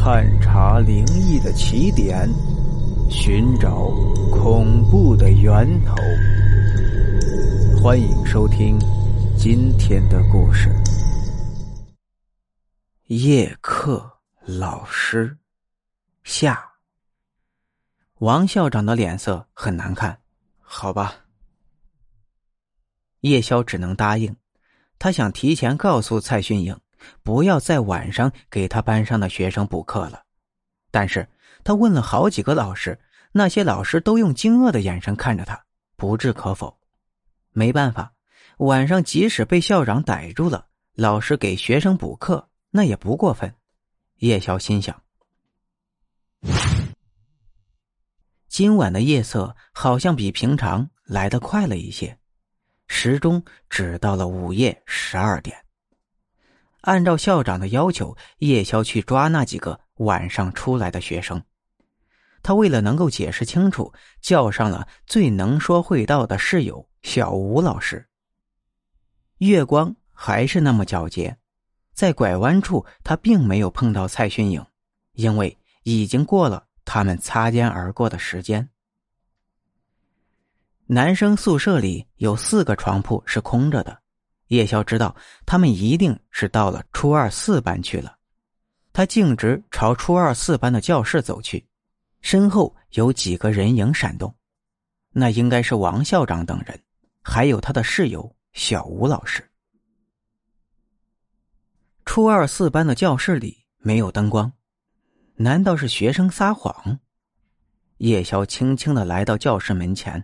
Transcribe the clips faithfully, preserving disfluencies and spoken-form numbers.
探查灵异的起点，寻找恐怖的源头。欢迎收听今天的故事。夜课老师下。王校长的脸色很难看。好吧。叶宵只能答应，他想提前告诉蔡训颖不要在晚上给他班上的学生补课了。但是他问了好几个老师，那些老师都用惊愕的眼神看着他，不置可否。没办法，晚上即使被校长逮住了，老师给学生补课那也不过分。叶宵心想，今晚的夜色好像比平常来得快了一些，时钟只到了午夜十二点。按照校长的要求，叶宵去抓那几个晚上出来的学生。他为了能够解释清楚，叫上了最能说会道的室友小吴老师。月光还是那么皎洁，在拐弯处他并没有碰到蔡训颖，因为已经过了他们擦肩而过的时间。男生宿舍里有四个床铺是空着的，叶宵知道他们一定是到了初二四班去了。他径直朝初二四班的教室走去，身后有几个人影闪动，那应该是王校长等人，还有他的室友小吴老师。初二四班的教室里没有灯光，难道是学生撒谎？叶宵轻轻地来到教室门前。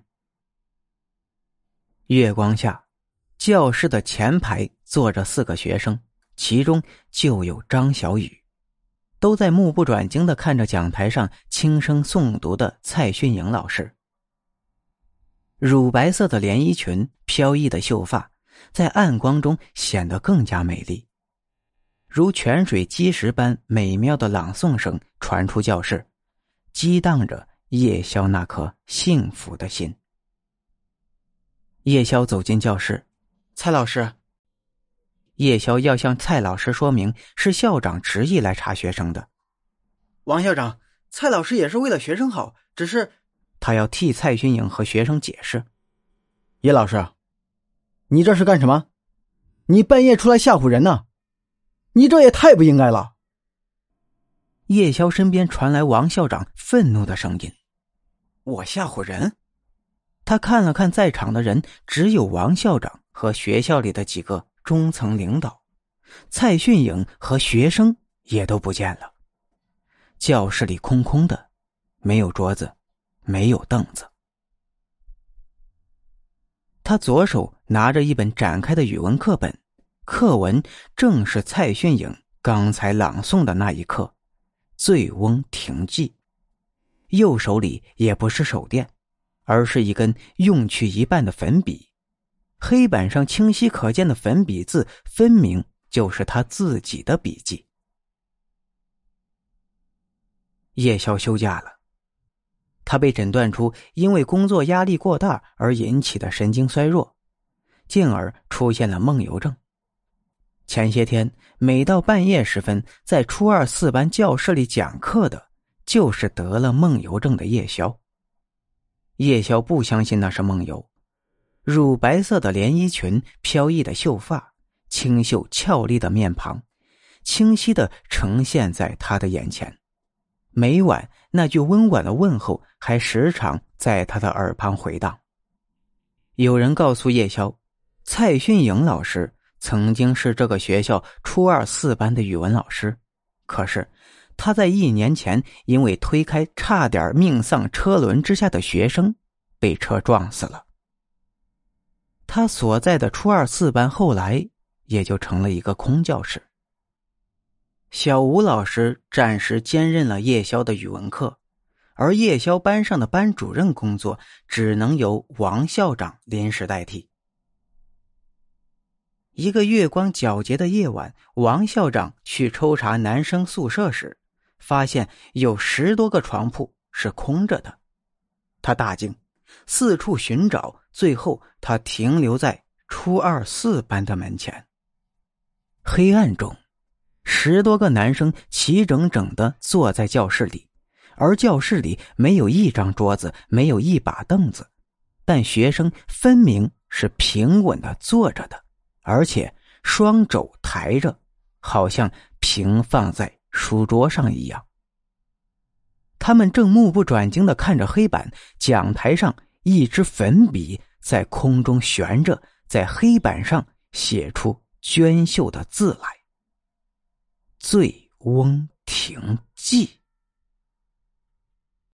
月光下，教室的前排坐着四个学生，其中就有张小雨，都在目不转睛地看着讲台上轻声诵读的蔡训颖老师。乳白色的连衣裙，飘逸的秀发，在暗光中显得更加美丽。如泉水击石般美妙的朗诵声传出教室，激荡着叶宵那颗幸福的心。叶宵走进教室，蔡老师。叶宵要向蔡老师说明是校长执意来查学生的。 王校长，蔡老师也是为了学生好，只是他要替蔡训颖和学生解释。 叶老师，你这是干什么？你半夜出来吓唬人呢？你这也太不应该了。 叶宵身边传来王校长愤怒的声音。我吓唬人？他看了看在场的人，只有王校长和学校里的几个中层领导，蔡训颖和学生也都不见了。教室里空空的，没有桌子，没有凳子。他左手拿着一本展开的语文课本，课文正是蔡训颖刚才朗诵的那一课，醉翁亭记。右手里也不是手电，而是一根用去一半的粉笔，黑板上清晰可见的粉笔字分明就是他自己的笔记。叶宵休假了，他被诊断出因为工作压力过大而引起的神经衰弱，进而出现了梦游症。前些天每到半夜时分，在初二四班教室里讲课的就是得了梦游症的叶宵。叶宵不相信那是梦游，乳白色的连衣裙，飘逸的秀发，清秀俏丽的面庞，清晰地呈现在他的眼前。每晚那句温婉的问候还时常在他的耳旁回荡。有人告诉叶宵，蔡训颖老师曾经是这个学校初二四班的语文老师，可是他在一年前因为推开差点命丧车轮之下的学生，被车撞死了。他所在的初二四班后来也就成了一个空教室。小吴老师暂时兼任了叶宵的语文课，而叶宵班上的班主任工作只能由王校长临时代替。一个月光皎洁的夜晚，王校长去抽查男生宿舍时，发现有十多个床铺是空着的。他大惊，四处寻找，最后他停留在初二四班的门前。黑暗中， 十多个男生齐整整地坐在教室里，而教室里没有一张桌子，没有一把凳子，但学生分明是平稳地坐着的，而且双肘抬着，好像平放在书桌上一样。他们正目不转睛地看着黑板，讲台上一支粉笔在空中悬着，在黑板上写出娟秀的字来：醉翁亭记。